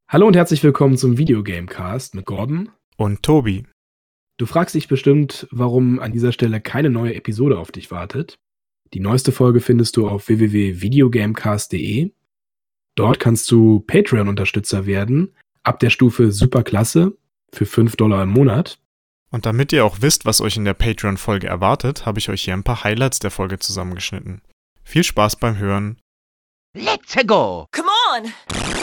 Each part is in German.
Hallo und herzlich willkommen zum Videogamecast mit Gordon und Tobi. Du fragst dich bestimmt, warum an dieser Stelle keine neue Episode auf dich wartet. Die neueste Folge findest du auf www.videogamecast.de. Dort kannst du Patreon-Unterstützer werden, ab der Stufe Superklasse für $5 im Monat. Und damit ihr auch wisst, was euch in der Patreon-Folge erwartet, habe ich euch hier ein paar Highlights der Folge zusammengeschnitten. Viel Spaß beim Hören. Let's go! Come on!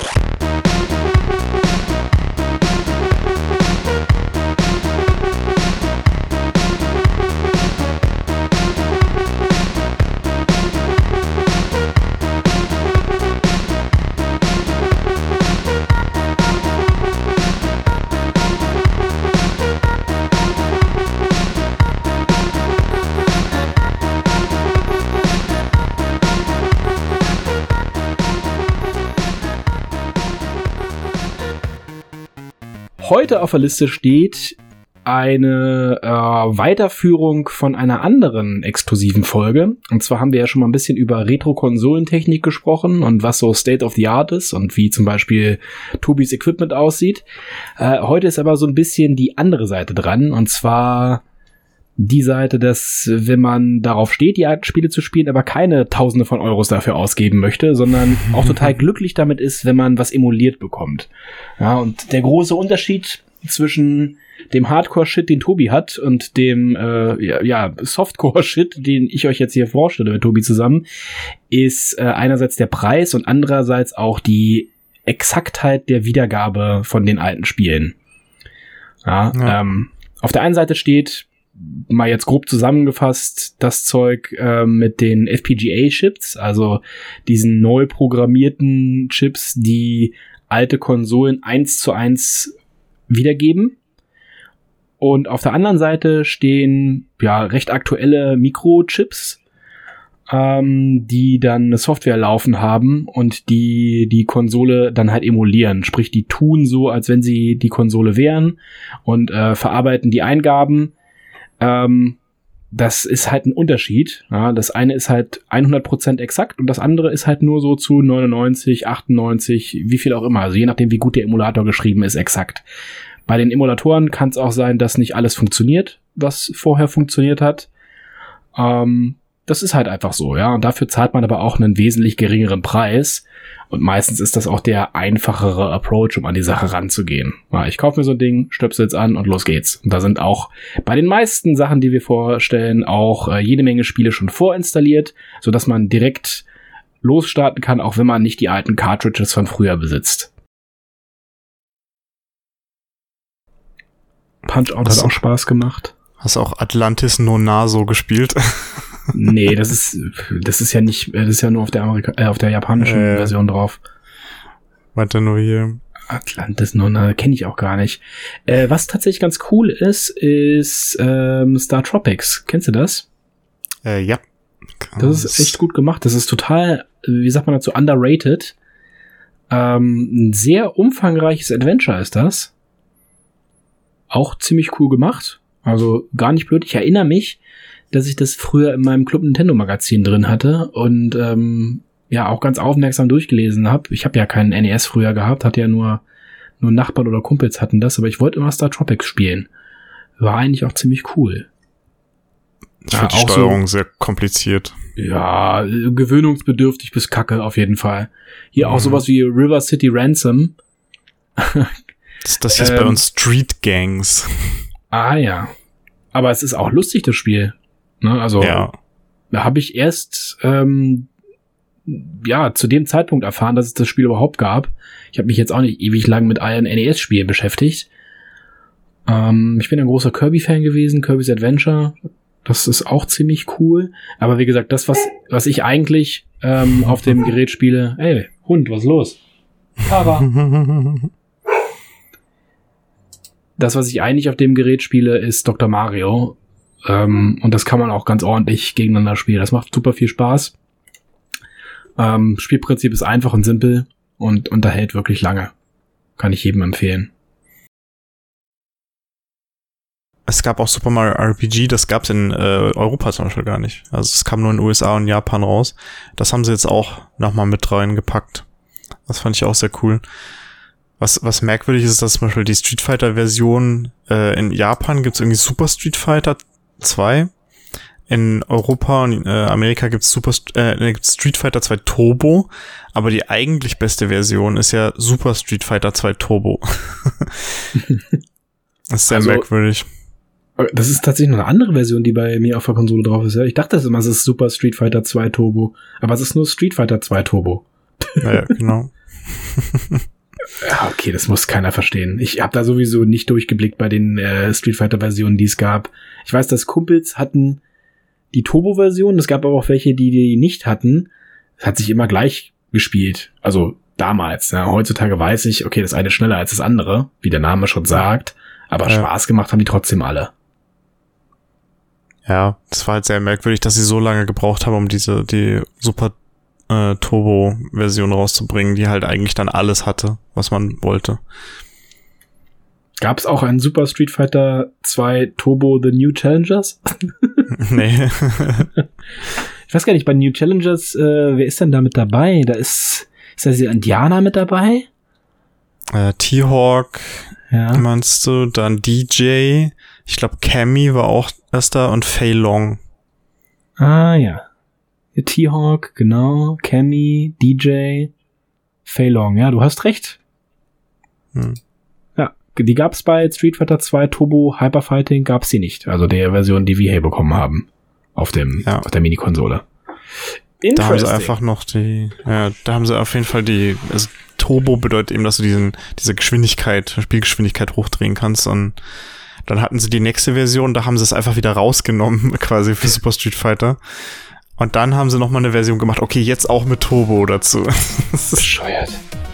Heute auf der Liste steht eine Weiterführung von einer anderen exklusiven Folge. Und zwar haben wir ja schon mal ein bisschen über Retro-Konsolentechnik gesprochen und was so State of the Art ist und wie zum Beispiel Tobis Equipment aussieht. Heute ist aber so ein bisschen die andere Seite dran. Und zwar die Seite, dass, wenn man darauf steht, die alten Spiele zu spielen, aber keine Tausende von Euros dafür ausgeben möchte, sondern auch total glücklich damit ist, wenn man was emuliert bekommt. Ja, und der große Unterschied zwischen dem Hardcore-Shit, den Tobi hat, und dem Softcore-Shit, den ich euch jetzt hier vorstelle mit Tobi zusammen, ist einerseits der Preis und andererseits auch die Exaktheit der Wiedergabe von den alten Spielen. Ja. Auf der einen Seite steht, mal jetzt grob zusammengefasst, das Zeug mit den FPGA-Chips, also diesen neu programmierten Chips, die alte Konsolen 1:1 wiedergeben. Und auf der anderen Seite stehen recht aktuelle Mikrochips, die dann eine Software laufen haben und die Konsole dann halt emulieren. Sprich, die tun so, als wenn sie die Konsole wären und verarbeiten die Eingaben. Das ist halt ein Unterschied. Ja, das eine ist halt 100% exakt und das andere ist halt nur so zu 99, 98, wie viel auch immer. Also je nachdem, wie gut der Emulator geschrieben ist, exakt. Bei den Emulatoren kann es auch sein, dass nicht alles funktioniert, was vorher funktioniert hat. Das ist halt einfach so, ja. Und dafür zahlt man aber auch einen wesentlich geringeren Preis. Und meistens ist das auch der einfachere Approach, um an die Sache ranzugehen. Ja, ich kaufe mir so ein Ding, stöpsel's an und los geht's. Und da sind auch bei den meisten Sachen, die wir vorstellen, auch jede Menge Spiele schon vorinstalliert, sodass man direkt losstarten kann, auch wenn man nicht die alten Cartridges von früher besitzt. Punch-Out hat auch Spaß gemacht. Hast du auch Atlantis No Naso gespielt? Nee, das ist ja nicht, das ist ja nur auf der japanischen Version drauf. Warte nur hier. Atlantis No Naso kenne ich auch gar nicht. Was tatsächlich ganz cool ist Star Tropics. Kennst du das? Ja. Das ist echt gut gemacht. Das ist total, wie sagt man dazu, underrated. Ein sehr umfangreiches Adventure ist das. Auch ziemlich cool gemacht. Also gar nicht blöd. Ich erinnere mich, dass ich das früher in meinem Club Nintendo Magazin drin hatte und auch ganz aufmerksam durchgelesen habe. Ich habe ja keinen NES früher gehabt, hatte ja nur Nachbarn oder Kumpels hatten das, aber ich wollte immer Star Tropics spielen. War eigentlich auch ziemlich cool. Ich finde die Steuerung sehr kompliziert. Ja, gewöhnungsbedürftig bis Kacke auf jeden Fall. Hier auch sowas wie River City Ransom. Das hieß bei uns Street Gangs. Ah ja. Aber es ist auch lustig, das Spiel. Ne? Also, da habe ich erst zu dem Zeitpunkt erfahren, dass es das Spiel überhaupt gab. Ich habe mich jetzt auch nicht ewig lang mit allen NES-Spielen beschäftigt. Ich bin ein großer Kirby-Fan gewesen, Kirby's Adventure. Das ist auch ziemlich cool. Aber wie gesagt, das, was ich eigentlich auf dem Gerät spiele... Ey, Hund, was ist los? Para. Das, was ich eigentlich auf dem Gerät spiele, ist Dr. Mario. Und das kann man auch ganz ordentlich gegeneinander spielen. Das macht super viel Spaß. Spielprinzip ist einfach und simpel und unterhält wirklich lange. Kann ich jedem empfehlen. Es gab auch Super Mario RPG, das gab's in Europa zum Beispiel gar nicht. Also es kam nur in den USA und Japan raus. Das haben sie jetzt auch nochmal mit reingepackt. Das fand ich auch sehr cool. Was merkwürdig ist, dass zum Beispiel die Street Fighter-Version in Japan gibt's irgendwie Super Street Fighter 2. In Europa und Amerika gibt's gibt's Street Fighter 2 Turbo, aber die eigentlich beste Version ist ja Super Street Fighter 2 Turbo. Das ist sehr merkwürdig. Das ist tatsächlich noch eine andere Version, die bei mir auf der Konsole drauf ist. Ja? Ich dachte immer, es ist Super Street Fighter 2 Turbo, aber es ist nur Street Fighter 2 Turbo. Ja, genau. Ja, okay, das muss keiner verstehen. Ich habe da sowieso nicht durchgeblickt bei den Street Fighter Versionen, die es gab. Ich weiß, dass Kumpels hatten die Turbo-Version, es gab aber auch welche, die nicht hatten. Es hat sich immer gleich gespielt. Also damals. Ja. Heutzutage weiß ich, okay, das eine ist schneller als das andere, wie der Name schon sagt. Aber Spaß gemacht haben die trotzdem alle. Ja, das war halt sehr merkwürdig, dass sie so lange gebraucht haben, um die Super Turbo-Version rauszubringen, die halt eigentlich dann alles hatte, was man wollte. Gab es auch einen Super Street Fighter 2 Turbo The New Challengers? Nee. Ich weiß gar nicht, bei New Challengers, wer ist denn da mit dabei? Da ist da dieser Indianer mit dabei? T-Hawk, meinst du? Dann DJ. Ich glaube, Cammy war auch erst da und Fei Long. Ah, ja. T-Hawk, genau. Cammy, DJ, Fei Long. Ja, du hast recht. Ja, die gab's bei Street Fighter 2 Turbo Hyper Fighting, gab's die nicht. Also der Version, die wir hier bekommen haben. Auf der Mini-Konsole. Da haben sie einfach noch da haben sie auf jeden Fall also Turbo bedeutet eben, dass du diese Spielgeschwindigkeit hochdrehen kannst, und dann hatten sie die nächste Version, da haben sie es einfach wieder rausgenommen, quasi für Super Street Fighter. Und dann haben sie nochmal eine Version gemacht, okay, jetzt auch mit Turbo dazu. Bescheuert.